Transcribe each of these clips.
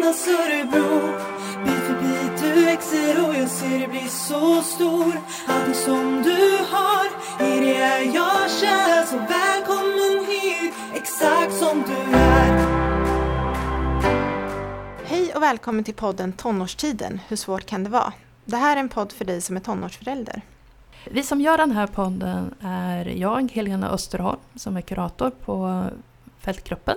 Johannas Örebro. Bit för bit du växer och jag ser det bli så stor. Allting som du har, i det är jag kär. Så välkommen hit, exakt som du är. Hej och välkommen till podden Tonårstiden. Hur svårt kan det vara? Det här är en podd för dig som är tonårsförälder. Vi som gör den här podden är jag, Helena Österholm, som är kurator på Fältgruppen.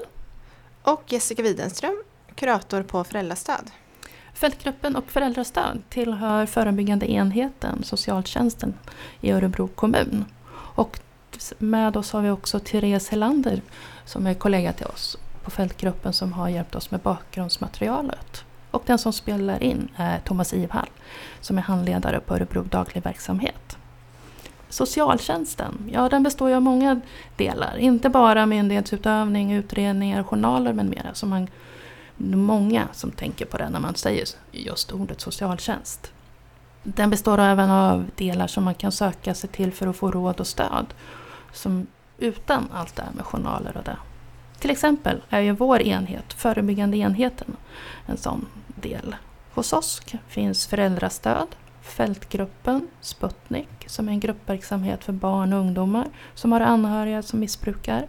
Och Jessica Widenström, kurator på Föräldrastöd. Fältgruppen och Föräldrastöd tillhör förebyggande enheten, socialtjänsten i Örebro kommun. Och med oss har vi också Therese Helander som är kollega till oss på Fältgruppen som har hjälpt oss med bakgrundsmaterialet. Och den som spelar in är Thomas Ivhall som är handledare på Örebro daglig verksamhet. Socialtjänsten, ja den består ju av många delar. Inte bara myndighetsutövning, utredningar, journaler med mera. Som många som tänker på det när man säger just ordet socialtjänst. Den består även av delar som man kan söka sig till för att få råd och stöd. Som utan allt det här med journaler och det. Till exempel är ju vår enhet, förebyggande enheten, en sån del. Hos oss finns Föräldrastöd, Fältgruppen, Sputnik som är en gruppverksamhet för barn och ungdomar som har anhöriga som missbrukar,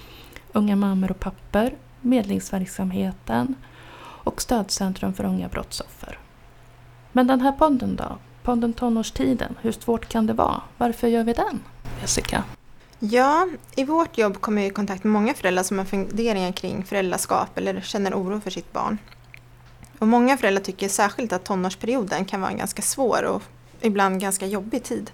unga mammor och pappor, medlingsverksamheten och stödcentrum för unga brottsoffer. Men den här podden då? Podden Tonårstiden, hur svårt kan det vara? Varför gör vi den? Jessica? Ja, i vårt jobb kommer vi i kontakt med många föräldrar som har funderingar kring föräldraskap eller känner oro för sitt barn. Och många föräldrar tycker särskilt att tonårsperioden kan vara en ganska svår och ibland ganska jobbig tid.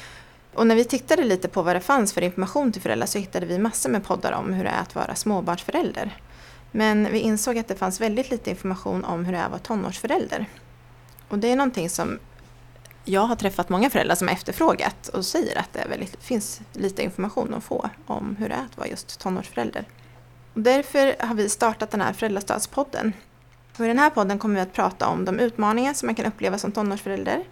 Och när vi tittade lite på vad det fanns för information till föräldrar så hittade vi massor med poddar om hur det är att vara småbarnsförälder. Men vi insåg att det fanns väldigt lite information om hur det är att vara tonårsförälder. Och det är någonting som jag har träffat många föräldrar som har efterfrågat och säger att det finns lite information att få om hur det är att vara just tonårsförälder. Och därför har vi startat den här Föräldrastödspodden. Och i den här podden kommer vi att prata om de utmaningar som man kan uppleva som tonårsförälder.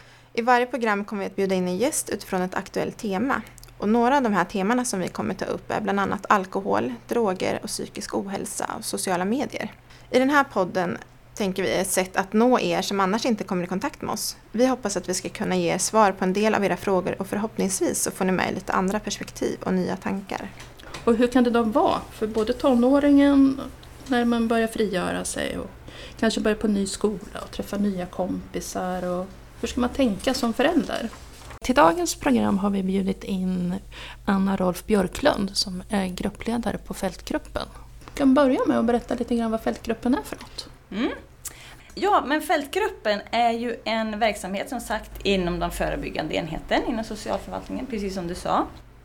I varje program kommer vi att bjuda in en gäst utifrån ett aktuellt tema. Och några av de här temana som vi kommer ta upp är bland annat alkohol, droger och psykisk ohälsa och sociala medier. I den här podden tänker vi är ett sätt att nå er som annars inte kommer i kontakt med oss. Vi hoppas att vi ska kunna ge er svar på en del av era frågor och förhoppningsvis så får ni med lite andra perspektiv och nya tankar. Och hur kan det då vara för både tonåringen när man börjar frigöra sig och kanske börja på ny skola och träffa nya kompisar och hur ska man tänka som förälder? Till dagens program har vi bjudit in Anna Rolf Björklund som är gruppledare på Fältgruppen. Jag kan börja med att berätta lite grann vad Fältgruppen är för något. Ja, men Fältgruppen är ju en verksamhet som sagt inom den förebyggande enheten inom socialförvaltningen, precis som du sa.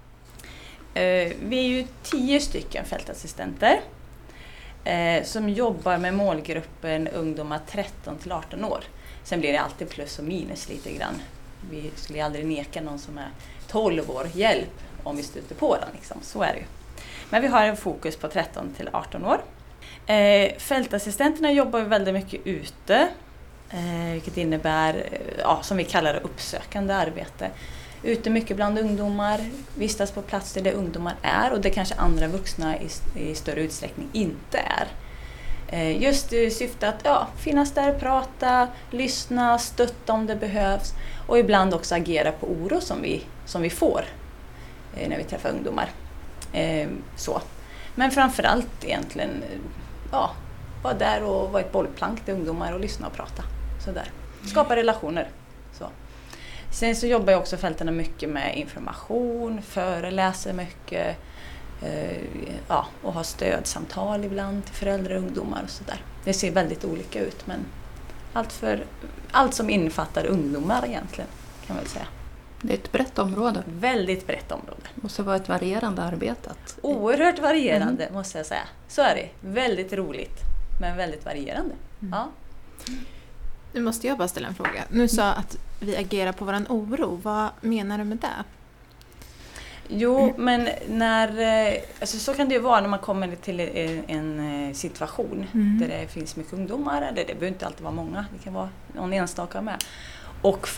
Vi är ju 10 stycken fältassistenter som jobbar med målgruppen ungdomar 13 till 18 år. Sen blir det alltid plus och minus lite grann. Vi skulle aldrig neka någon som är 12 år hjälp om vi stöter på den. Liksom. Så är det ju. Men vi har en fokus på 13 till 18 år. Fältassistenterna jobbar väldigt mycket ute. Vilket innebär, som vi kallar det, uppsökande arbete. Ute mycket bland ungdomar, vistas på platser där ungdomar är och det kanske andra vuxna i större utsträckning inte är. Just i syfte att finnas där, prata, lyssna, stötta om det behövs och ibland också agera på oro som vi får när vi träffar ungdomar. Så. Men framförallt egentligen vara där och vara ett bollplank till ungdomar och lyssna och prata. Så där. Skapa relationer. Så. Sen så jobbar jag också fältarna mycket med information, föreläser mycket och har stödsamtal ibland till föräldrar och ungdomar och sådär. Det ser väldigt olika ut men allt som innefattar ungdomar egentligen kan man väl säga. Det är ett brett område. Väldigt brett område. Det måste vara ett varierande arbete. Oerhört varierande måste jag säga. Så är det. Väldigt roligt men väldigt varierande. Ja. Nu måste jag bara ställa en fråga. Nu sa att vi agerar på våran oro. Vad menar du med det? Jo, men så kan det ju vara när man kommer till en situation där det finns mycket ungdomar. Eller det behöver inte alltid vara många, det kan vara någon enstaka med. Och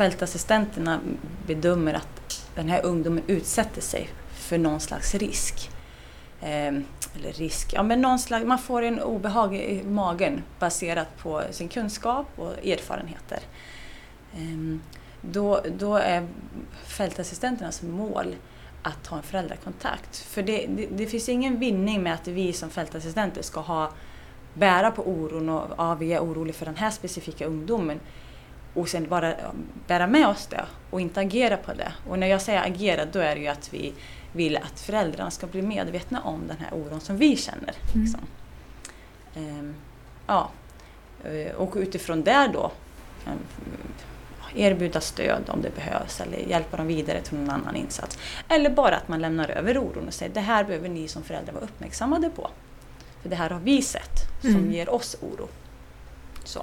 fältassistenterna bedömer att den här ungdomen utsätter sig för någon slags risk. eller risk, ja men någon slags, man får en obehag i magen baserat på sin kunskap och erfarenheter. Då är fältassistenternas mål att ha en föräldrakontakt. För det finns ingen vinning med att vi som fältassistenter ska bära på oron och vi är oroliga för den här specifika ungdomen och sen bara bära med oss det och inte agera på det. Och när jag säger agera, då är det ju att vi vill att föräldrarna ska bli medvetna om den här oron som vi känner. Liksom. Och utifrån där då erbjuda stöd om det behövs eller hjälpa dem vidare till någon annan insats. Eller bara att man lämnar över oron och säger det här behöver ni som föräldrar vara uppmärksammade på. För det här har vi sett som ger oss oro. Så.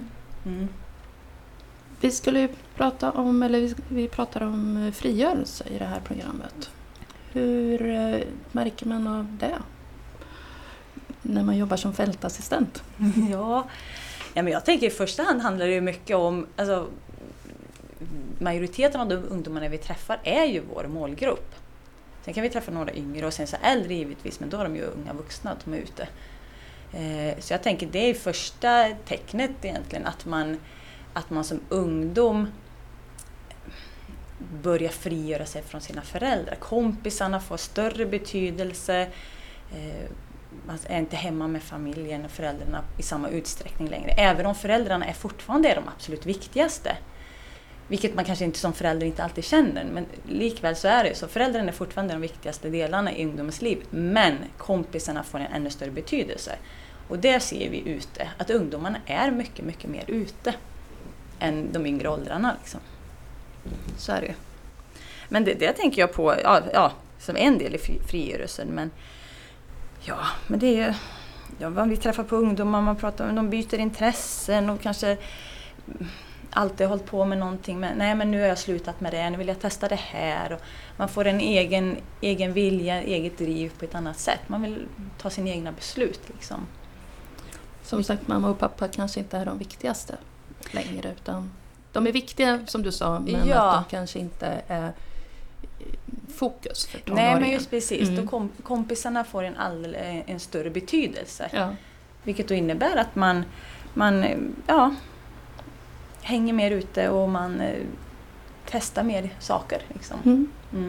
Vi skulle prata om, eller vi pratar om frigörelse i det här programmet. Hur märker man av det när man jobbar som fältassistent? Ja, men jag tänker i första hand handlar det ju mycket om, alltså, majoriteten av de ungdomarna vi träffar är ju vår målgrupp. Sen kan vi träffa några yngre och sen så äldre givetvis, men då är de ju unga vuxna att de är ute. Så jag tänker det är första tecknet egentligen, att man som ungdom börjar frigöra sig från sina föräldrar. Kompisarna får större betydelse. Man är inte hemma med familjen och föräldrarna i samma utsträckning längre. Även om föräldrarna är fortfarande de absolut viktigaste. Vilket man kanske inte som förälder inte alltid känner. Men likväl så är det så. Föräldrarna är fortfarande de viktigaste delarna i ungdomens liv. Men kompisarna får en ännu större betydelse. Och det ser vi ute. Att ungdomarna är mycket, mycket mer ute än de yngre åldrarna. Liksom. Så är det ju. Men det tänker jag på som en del i frigörelsen. Men det är ju... Ja, vi träffar på ungdomar, man pratar om de byter intressen och kanske alltid hållit på med någonting. Men nu har jag slutat med det, nu vill jag testa det här. Och man får en egen vilja, eget driv på ett annat sätt. Man vill ta sina egna beslut. Liksom. Som sagt, mamma och pappa kanske inte är de viktigaste längre, utan de är viktiga som du sa, men att de kanske inte är fokus för tonåringen. Nej, men just precis. Då kompisarna får en större betydelse. Ja. Vilket då innebär att man hänger mer ute och man testar mer saker. Liksom.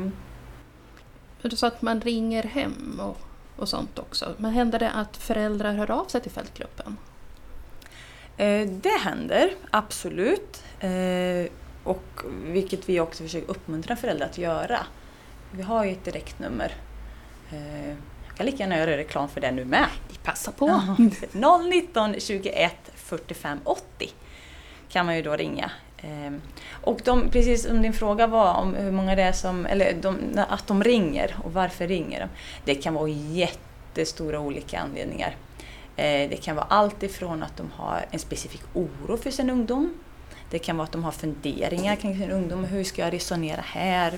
Du sa att man ringer hem och sånt också. Men händer det att föräldrar hör av sig till fältgruppen? Det händer, absolut. Och vilket vi också försöker uppmuntra föräldrar att göra. Vi har ju ett direktnummer. Jag kan lika gärna göra reklam för det nu med. Passa på! 019 21 45 80 kan man ju då ringa. Och precis som din fråga var om hur många det är som, att de ringer och varför ringer de. Det kan vara jättestora olika anledningar. Det kan vara allt ifrån att de har en specifik oro för sin ungdom. Det kan vara att de har funderingar kring sin ungdom. Hur ska jag resonera här?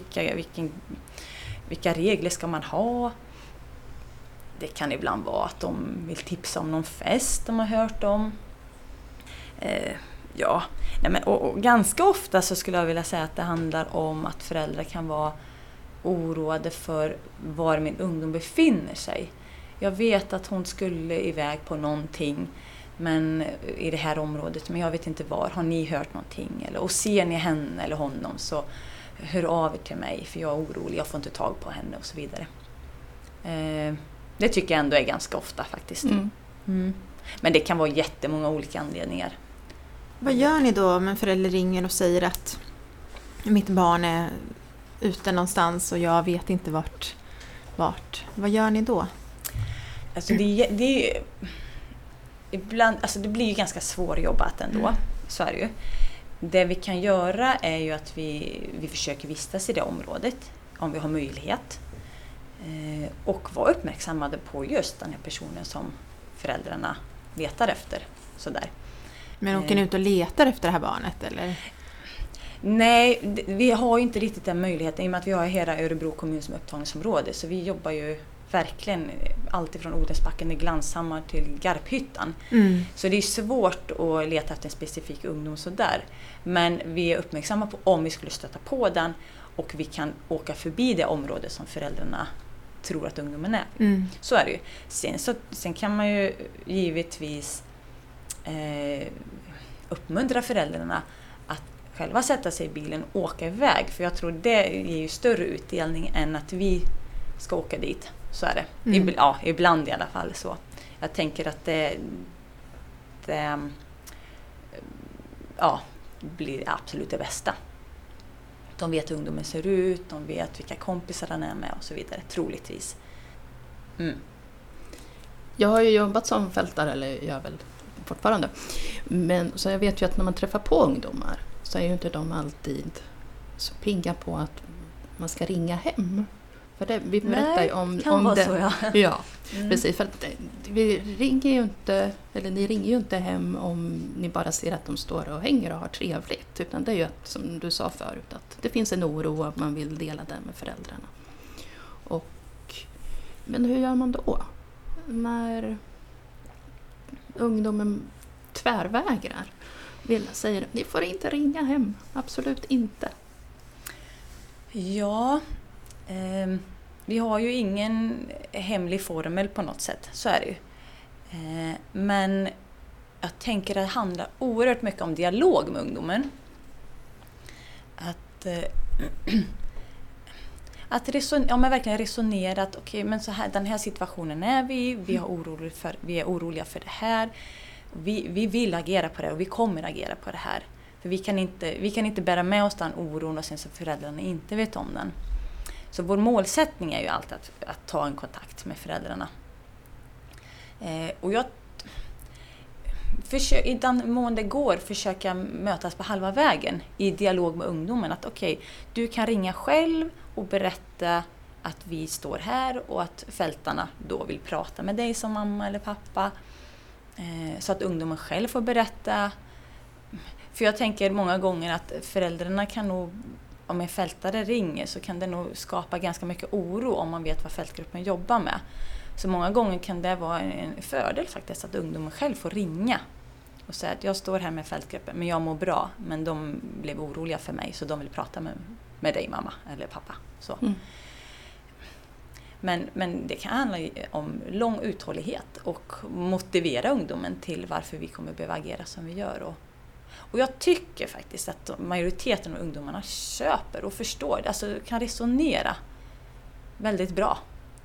Vilka regler ska man ha? Det kan ibland vara att de vill tipsa om någon fest de har hört om. Och ganska ofta så skulle jag vilja säga att det handlar om att föräldrar kan vara oroade för var min ungdom befinner sig. Jag vet att hon skulle iväg på någonting i det här området, men jag vet inte var. Har ni hört någonting? Och ser ni henne eller honom så hör av er till mig, för jag är orolig, jag får inte tag på henne och så vidare. Det tycker jag ändå är ganska ofta faktiskt. Men det kan vara jättemånga olika anledningar. Vad gör ni då om en förälder ringer och säger att mitt barn är ute någonstans och jag vet inte vart? Vad gör ni då? Alltså det ibland, alltså det blir ju ganska svårjobbat ändå, så är det ju. Det vi kan göra är ju att vi försöker vistas i det området om vi har möjlighet. Och vara uppmärksammade på just den här personen som föräldrarna letar efter. Sådär. Men åker ni ut och letar efter det här barnet, eller? Nej, vi har ju inte riktigt den möjligheten i och med att vi har hela Örebro kommun som upptagningsområde. Så vi jobbar ju verkligen alltifrån Odensbacken i Glanshammar till Garphyttan. Så det är svårt att leta efter en specifik ungdom sådär. Men vi är uppmärksamma på om vi skulle stöta på den och vi kan åka förbi det område som föräldrarna tror att ungdomen är. Mm. Så är det ju. Sen kan man ju givetvis uppmuntra föräldrarna att själva sätta sig i bilen och åka iväg. För jag tror det ger ju större utdelning än att vi ska åka dit. Så är det. Mm. Ibland i alla fall så. Jag tänker att det blir absolut det bästa. De vet hur ungdomen ser ut, de vet vilka kompisar den är med och så vidare, troligtvis. Mm. Jag har ju jobbat som fältare, eller gör väl fortfarande. Men så jag vet ju att när man träffar på ungdomar så är ju inte de alltid så pigga på att man ska ringa hem. För det, vi berättar ju om vara det. Så, ja. Ja, precis. För att vi ringer ju inte, eller ni ringer ju inte hem om ni bara ser att de står och hänger och har trevligt. Utan det är ju att, som du sa förut, att det finns en oro och att man vill dela den med föräldrarna. Men hur gör man då? När ungdomen tvärvägrar. Säger, ni får inte ringa hem. Absolut inte. Ja, vi har ju ingen hemlig formel på något sätt. Så är det ju. Men jag tänker att det handlar oerhört mycket om dialog med ungdomen. Att verkligen resonera att okej, men så här, den här situationen är vi är oroliga för det här. Vi vill agera på det och vi kommer agera på det här. För vi kan inte bära med oss den oron och sen så föräldrarna inte vet om den. Så vår målsättning är ju alltid att ta en kontakt med föräldrarna. Och jag försöker, i den mån det går, försöka mötas på halva vägen i dialog med ungdomen. Att okej, du kan ringa själv och berätta att vi står här och att fältarna då vill prata med dig som mamma eller pappa. Så att ungdomen själv får berätta. För jag tänker många gånger att föräldrarna kan nog, om en fältare ringer så kan det nog skapa ganska mycket oro om man vet vad fältgruppen jobbar med. Så många gånger kan det vara en fördel faktiskt att ungdomen själv får ringa och säga att jag står här med fältgruppen men jag mår bra, men de blev oroliga för mig så de vill prata med dig mamma eller pappa. Så. Mm. Men det kan handla om lång uthållighet och motivera ungdomen till varför vi kommer behöva agera som vi gör. Och jag tycker faktiskt att majoriteten av ungdomarna köper och förstår, alltså kan resonera väldigt bra.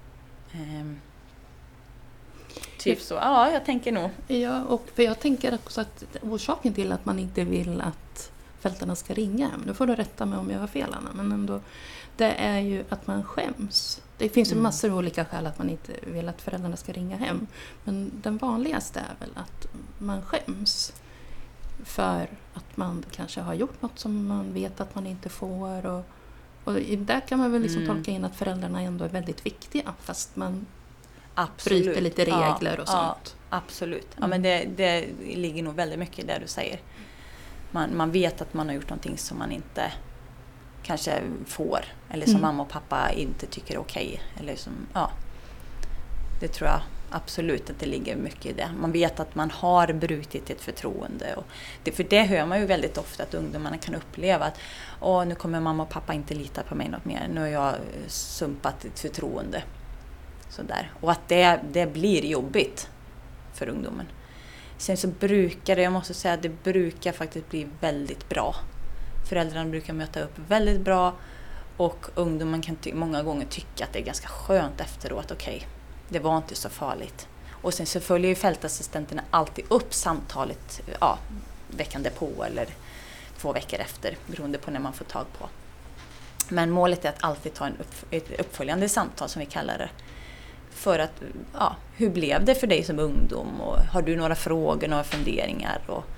Typ så, ja, jag tänker nog. Ja, och för jag tänker också att orsaken till att man inte vill att fältarna ska ringa hem, nu får du rätta mig om jag har fel, Anna, men ändå, det är ju att man skäms. Det finns ju massor av olika skäl att man inte vill att föräldrarna ska ringa hem, men den vanligaste är väl att man skäms för att man kanske har gjort något som man vet att man inte får, och där kan man väl liksom tolka in att föräldrarna ändå är väldigt viktiga fast man bryter lite regler och sånt. Ja, absolut. Ja, men det ligger nog väldigt mycket där du säger. Man vet att man har gjort någonting som man inte kanske får, eller som mamma och pappa inte tycker är okej. Eller som, ja, det tror jag absolut att det ligger mycket i det. Man vet att man har brutit ett förtroende. Och för det hör man ju väldigt ofta att ungdomarna kan uppleva att nu kommer mamma och pappa inte lita på mig något mer. Nu har jag sumpat ett förtroende. Sådär. Och att det blir jobbigt för ungdomen. Sen så brukar jag måste säga att det brukar faktiskt bli väldigt bra. Föräldrarna brukar möta upp väldigt bra och ungdomen kan många gånger tycka att det är ganska skönt efteråt. Okej, det var inte så farligt. Och sen så följer ju fältassistenterna alltid upp samtalet veckan därpå eller 2 veckor efter, beroende på när man får tag på. Men målet är att alltid ta ett uppföljande samtal som vi kallar det. För att, hur blev det för dig som ungdom? Och har du några frågor, några funderingar?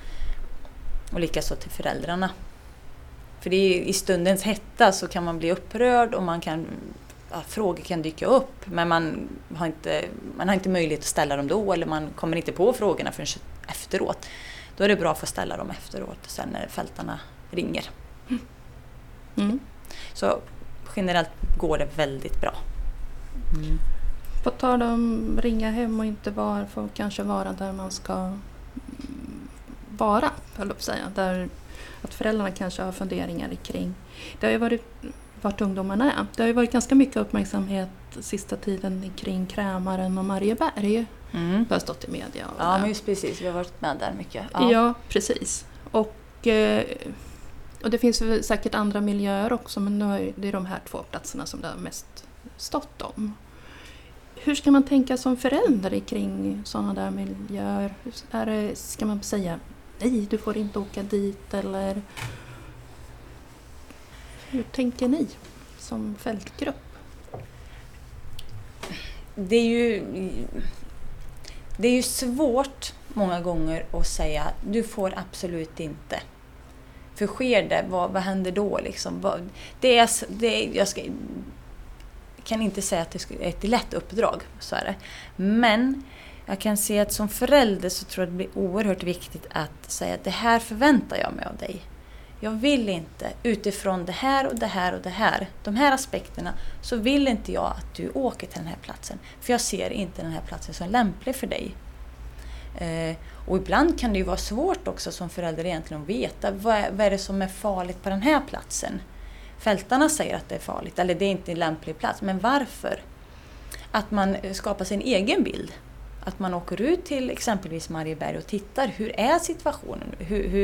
Och likaså till föräldrarna. För det är, i stundens hetta så kan man bli upprörd och frågor kan dyka upp. Men man har inte möjlighet att ställa dem då, eller man kommer inte på frågorna förrän efteråt. Då är det bra att få ställa dem efteråt, sen när fältarna ringer. Mm. Så generellt går det väldigt bra. Mm. På tal om ringa hem och inte får kanske vara där man ska vara, höll jag på att säga. Där att föräldrarna kanske har funderingar kring. Det har ju varit vart ungdomarna är. Det har ju varit ganska mycket uppmärksamhet sista tiden kring Krämaren och Marieberg. Det har stått i media. Ja, men just precis. Vi har varit med där mycket. Ja, precis. Och det finns säkert andra miljöer också, men nu är det de här 2 platserna som det har mest stått om. Hur ska man tänka som förälder kring sådana där miljöer? Ska man säga nej, du får inte åka dit, eller hur tänker ni som fältgrupp? Det är ju svårt många gånger att säga du får absolut inte. För sker det, vad händer då? Liksom? Jag kan inte säga att det är ett lätt uppdrag, så är det. Men jag kan se att som förälder så tror jag att det blir oerhört viktigt att säga att det här förväntar jag mig av dig. Jag vill inte, utifrån det här och det här och det här, de här aspekterna, så vill inte jag att du åker till den här platsen. För jag ser inte den här platsen som lämplig för dig. Och ibland kan det ju vara svårt också som förälder egentligen att veta vad är det som är farligt på den här platsen. Fältarna säger att det är farligt, eller det är inte en lämplig plats, men varför? Att man skapar sin egen bild. Att man åker ut till exempelvis Marieberg och tittar, hur är situationen?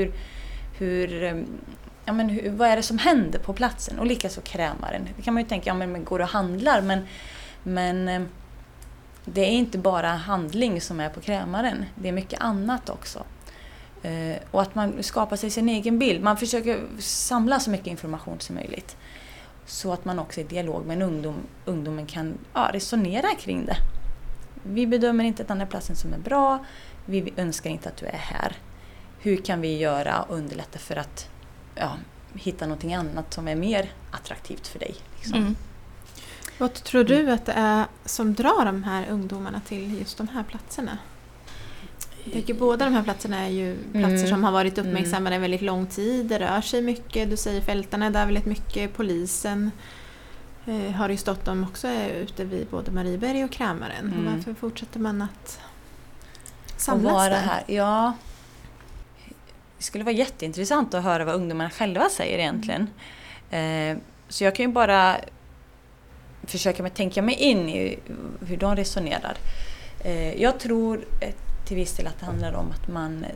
Vad är det som händer på platsen? Och likaså Krämaren. Det kan man ju tänka, men går och handlar, men det är inte bara handling som är på Krämaren. Det är mycket annat också. Och att man skapar sig sin egen bild. Man försöker samla så mycket information som möjligt. Så att man också i dialog med en ungdomen kan resonera kring det. Vi bedömer inte att den här platsen som är bra. Vi önskar inte att du är här. Hur kan vi göra och underlätta för att hitta någonting annat som är mer attraktivt för dig? Liksom. Vad tror du att det är som drar de här ungdomarna till just de här platserna? Jag tycker båda de här platserna är ju platser som har varit uppmärksammade en väldigt lång tid. Det rör sig mycket. Du säger fältarna är där väldigt mycket. Polisen har det ju stått om också ute vid både Marieberg och Krämaren. Varför fortsätter man att samlas där? Här? Ja, det skulle vara jätteintressant att höra vad ungdomarna själva säger egentligen. Så jag kan ju bara försöka tänka mig in i hur de resonerar. Jag tror till viss del att det handlar om att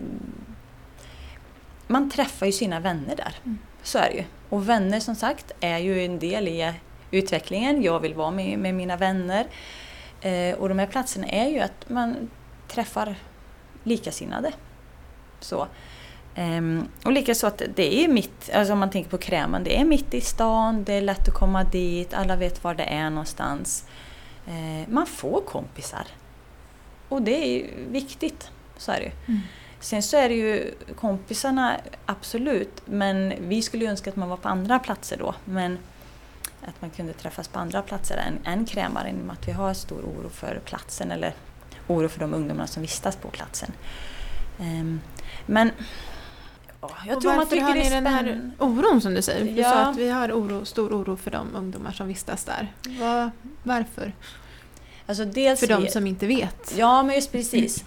man träffar ju sina vänner där. Så är det ju. Och vänner som sagt är ju en del i utvecklingen. Jag vill vara med mina vänner. Och de här platserna är ju att man träffar likasinnade. Så. Och likaså att det är mitt, alltså om man tänker på Krämaren, det är mitt i stan, det är lätt att komma dit, alla vet var det är någonstans. Man får kompisar. Och det är ju viktigt, så är det ju. Sen så är det ju kompisarna, absolut, men vi skulle önska att man var på andra platser då. Men att man kunde träffas på andra platser än Krämaren, att vi har stor oro för platsen eller oro för de ungdomarna som vistas på platsen. Men jag tror man tycker det är den här oron som du säger? Du Ja. sa att vi har stor oro för de ungdomar som vistas där. Varför? Alltså dels För de som inte vet. Ja, men just precis.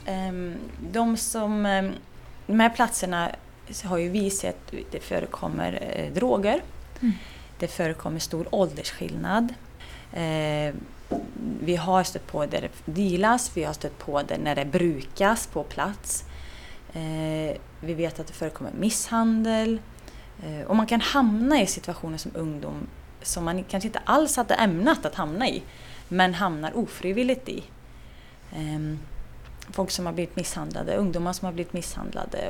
De här platserna har ju vi sett att det förekommer droger. Det förekommer stor åldersskillnad. Vi har stött på där det dealas, vi har stött på det när det brukas på plats. Vi vet att det förekommer misshandel. Och man kan hamna i situationer som ungdom som man kanske inte alls hade ämnat att hamna i, men hamnar ofrivilligt i. Folk som har blivit misshandlade, ungdomar som har blivit misshandlade.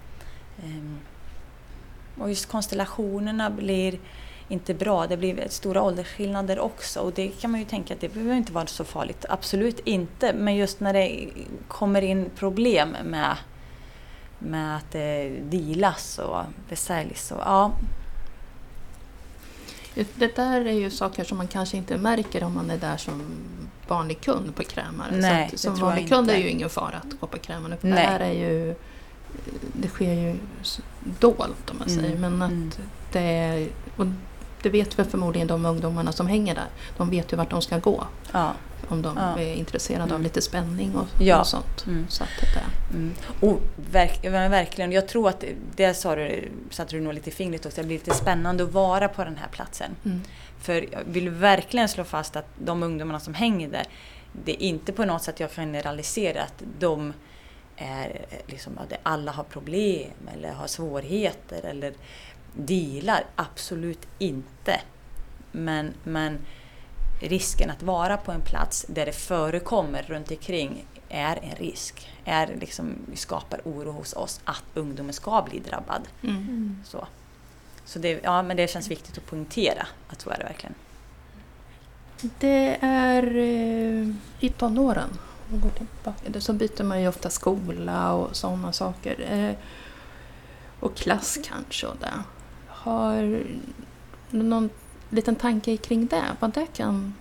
Och just konstellationerna blir inte bra. Det blir stora åldersskillnader också. Och det kan man ju tänka att det behöver inte vara så farligt. Absolut inte. Men just när det kommer in problem med att det dealas och besäljs. Ja. Det där är ju saker som man kanske inte märker om man är där som vanlig kund på Krämaren. Nej, så som det tror jag vanlig kund inte. är ju ingen fara att gå på Krämaren. Nej. Det här är ju, det sker ju dolt om man säger. Men att det är, och det vet väl förmodligen de ungdomarna som hänger där. De vet ju vart de ska gå. Ja. Om de är intresserade av lite spänning och sånt. Så att Och verkligen, jag tror att det satte du nog lite fingret också. Det blir lite spännande att vara på den här platsen. För jag vill verkligen slå fast att de ungdomarna som hänger där, det är inte på något sätt jag generaliserar att de är liksom att alla har problem eller har svårigheter eller dealar. Absolut inte. Men risken att vara på en plats där det förekommer runt omkring är en risk. Skapar oro hos oss att ungdomen ska bli drabbad. Så det, men det känns viktigt att poängtera att så är det verkligen. Det är i tonåren. Så byter man ju ofta skola och sådana saker. Och klass kanske. Och det. Har någon liten tanke kring det? Vad det kan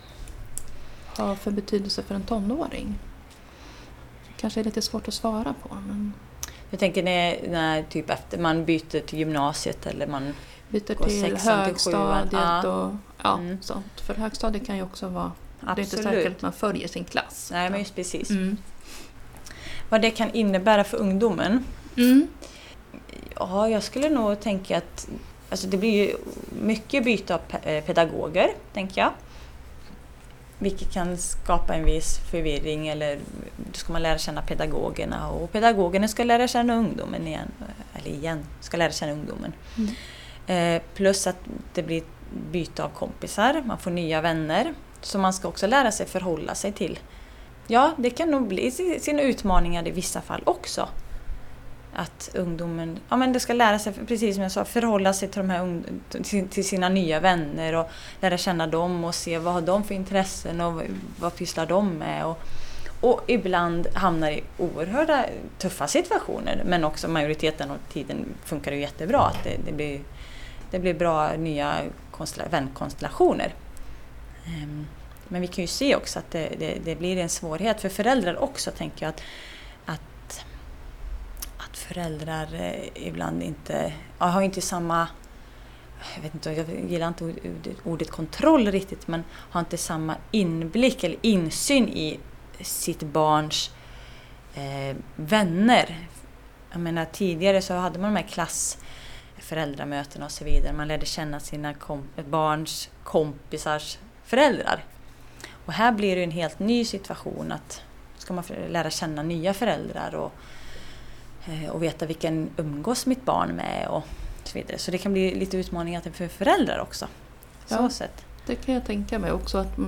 ha för betydelse för en tonåring? Kanske är lite svårt att svara på. Men... Jag tänker när typ efter man byter till gymnasiet eller man byter till högstadiet och sånt. För högstadiet kan ju också vara... Absolut. Det är inte säkert att man följer sin klass. Nej, men just precis. Vad det kan innebära för ungdomen? Ja, jag skulle nog tänka att det blir ju mycket byte av pedagoger, tänker jag. Vilket kan skapa en viss förvirring, eller då ska man lära känna pedagogerna och pedagogerna ska lära känna ungdomen igen. Ska lära känna ungdomen. Plus att det blir byte av kompisar, man får nya vänner. Så man ska också lära sig förhålla sig till. Ja, det kan nog bli sina utmaningar i vissa fall också. Att ungdomen, det ska lära sig, precis som jag sa, förhålla sig till till sina nya vänner och lära känna dem och se vad har de för intressen och vad pysslar de med. Och ibland hamnar i oerhörda tuffa situationer, men också majoriteten av tiden funkar det jättebra. Att det blir bra nya vänkonstellationer. Men vi kan ju se också att det blir en svårighet för föräldrar också, tänker jag, att föräldrar ibland inte har inte samma, jag gillar inte ordet kontroll riktigt, men har inte samma inblick eller insyn i sitt barns vänner. Jag menar, tidigare så hade man de här föräldramötena och så vidare. Man lärde känna sina barns kompisars föräldrar. Och här blir det en helt ny situation, att ska man lära känna nya föräldrar och veta vilken umgås mitt barn med och så vidare. Så det kan bli lite utmaningar för föräldrar också. Så sätt. Det kan jag tänka mig också, att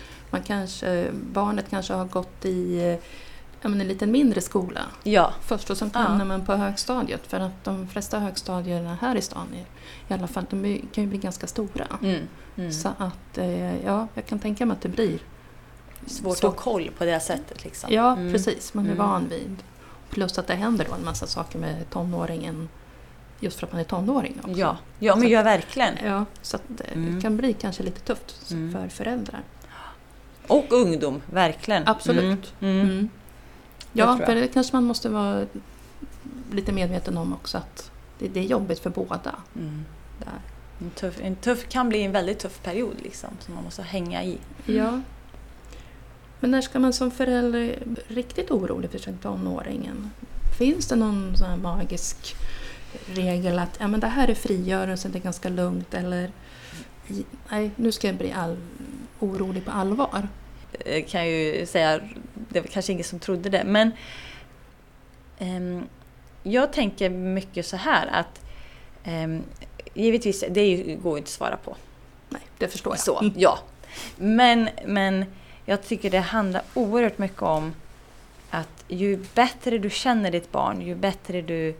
barnet kanske har gått i en liten mindre skola. Ja. Först, och sen hamnar man på högstadiet, för att de flesta högstadierna här i stan i alla fall, de kan ju bli ganska stora. Så att jag kan tänka mig att det blir svårt att ha koll på det sättet liksom. Ja, precis, man är van vid. Plus att det händer då en massa saker med tonåringen just för att man är tonåring också. Ja, men jag verkligen. Ja, så att det kan bli kanske lite tufft för föräldrar. Och ungdom, verkligen. Absolut. Ja, för det kanske man måste vara lite medveten om också, att det är jobbigt för båda. Där. Kan bli en väldigt tuff period liksom, som man måste hänga i. Ja. Men när ska man som förälder riktigt orolig för sin tonåringen? Finns det någon sån här magisk regel att det här är frigörelse, det är ganska lugnt, eller nej, nu ska jag bli orolig på allvar? Kan jag ju säga, det var kanske ingen som trodde det, men jag tänker mycket så här att givetvis, det går inte att svara på. Nej, det förstår jag. Så, ja. Men jag tycker det handlar oerhört mycket om att ju bättre du känner ditt barn, ju bättre du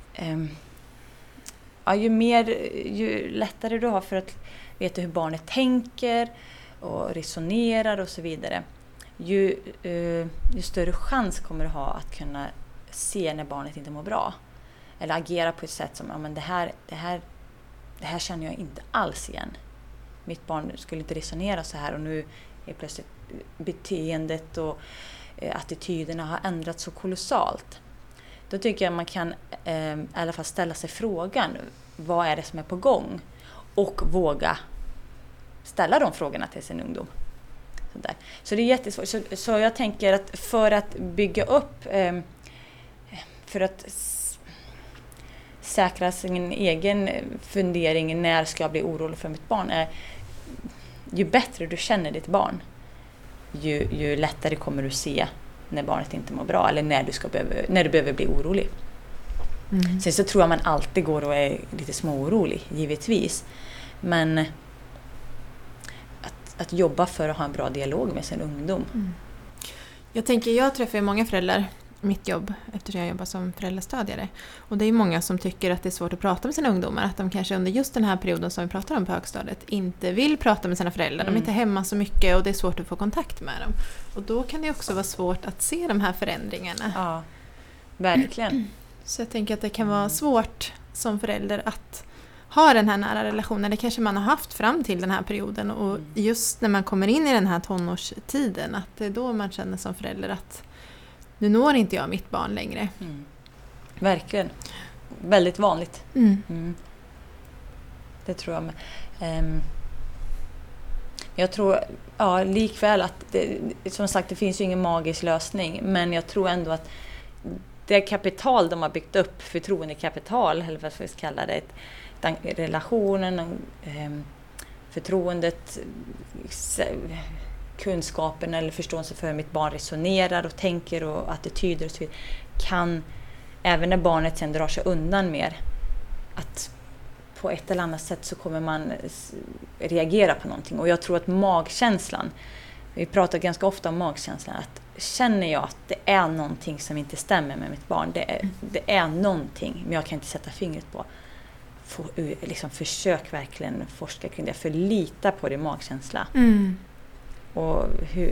ju lättare du har för att veta hur barnet tänker och resonerar och så vidare, ju större chans kommer du ha att kunna se när barnet inte mår bra. Eller agera på ett sätt som, det här känner jag inte alls igen. Mitt barn skulle inte resonera så här, och nu är plötsligt beteendet och attityderna har ändrats så kolossalt. Då tycker jag man kan i alla fall ställa sig frågan, vad är det som är på gång? och våga ställa de frågorna till sin ungdom. Så det är jättesvårt. Så jag tänker att för att bygga upp, för att säkra sin egen fundering, när ska jag bli orolig för mitt barn, är ju bättre du känner ditt barn, ju lättare kommer du se när barnet inte mår bra eller när du behöver bli orolig. Sen så tror jag man alltid går och är lite småorolig, givetvis. Men att jobba för att ha en bra dialog med sin ungdom. Jag träffar många föräldrar i mitt jobb eftersom jag jobbar som föräldrastödjare. Och det är många som tycker att det är svårt att prata med sina ungdomar. Att de kanske under just den här perioden som vi pratar om på högstadiet inte vill prata med sina föräldrar. De är inte hemma så mycket och det är svårt att få kontakt med dem. Och då kan det också vara svårt att se de här förändringarna. Ja, verkligen. Så jag tänker att det kan vara svårt som förälder att ha den här nära relationen. Det kanske man har haft fram till den här perioden. Och just när man kommer in i den här tonårstiden, att det är då man känner som förälder att nu når inte jag mitt barn längre. Verkligen. Väldigt vanligt. Det tror jag med. Jag tror likväl att som sagt, det finns ju ingen magisk lösning, men jag tror ändå att det kapital de har byggt upp, förtroendekapital eller vad ska vi kalla det, relationen, förtroendet, kunskapen eller förståelse för hur mitt barn resonerar och tänker och attityder och så vidare, kan, även när barnet sen drar sig undan mer, att på ett eller annat sätt så kommer man reagera på någonting. Och jag tror att magkänslan, vi pratar ganska ofta om magkänslan, att känner jag att det är någonting som inte stämmer med mitt barn, det är någonting, men jag kan inte sätta fingret på, försök verkligen forska kring det, förlita på din magkänsla. Och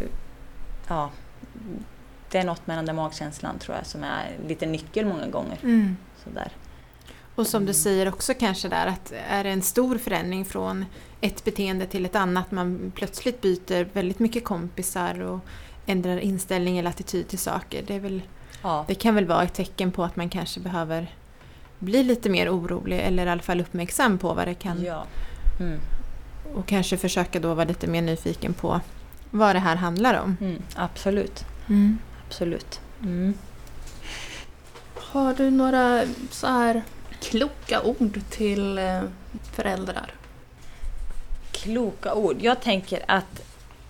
det är något med den där magkänslan, tror jag, som är lite nyckel många gånger. Sådär. Och som du säger också kanske där, att är det en stor förändring från ett beteende till ett annat, man plötsligt byter väldigt mycket kompisar och ändrar inställning eller attityd till saker, det kan väl vara ett tecken på att man kanske behöver bli lite mer orolig eller i alla fall uppmärksam på vad det kan. Och kanske försöka då vara lite mer nyfiken på vad det här handlar om. Absolut. Absolut. Har du några så här kloka ord till föräldrar? Kloka ord. Jag tänker att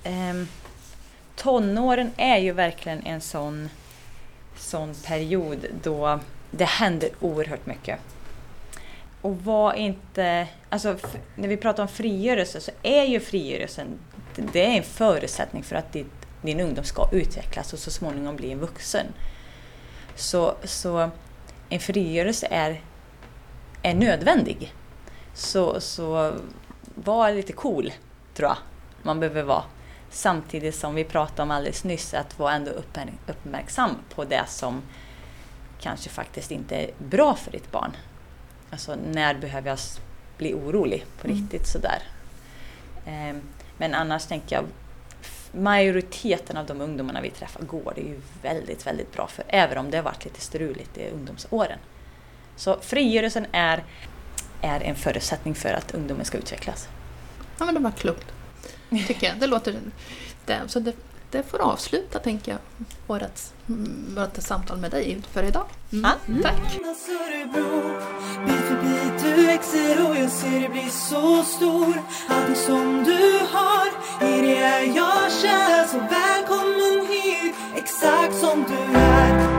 tonåren är ju verkligen en sån period då det händer oerhört mycket. Och var inte, alltså när vi pratar om frigörelse, så är ju frigörelsen, det är en förutsättning för att din ungdom ska utvecklas och så småningom bli en vuxen. Så en frigörelse är nödvändig. Så var lite cool, tror jag man behöver vara. Samtidigt som vi pratade om alldeles nyss, att vara ändå uppmärksam på det som kanske faktiskt inte är bra för ditt barn. Alltså, när behöver jag bli orolig på riktigt sådär. Men annars tänker jag, majoriteten av de ungdomarna vi träffar går det ju väldigt, väldigt bra för, även om det har varit lite struligt i ungdomsåren. Så frigörelsen är en förutsättning för att ungdomen ska utvecklas. Ja, men det var klokt, tycker jag. Det låter det. Så det får avsluta, tänker jag, vårt samtal med dig för idag. Tack! Bit för bit du växer och jag ser dig bli så stor. Allting som du har, i det är jag kär. Så välkommen hit, exakt som du är.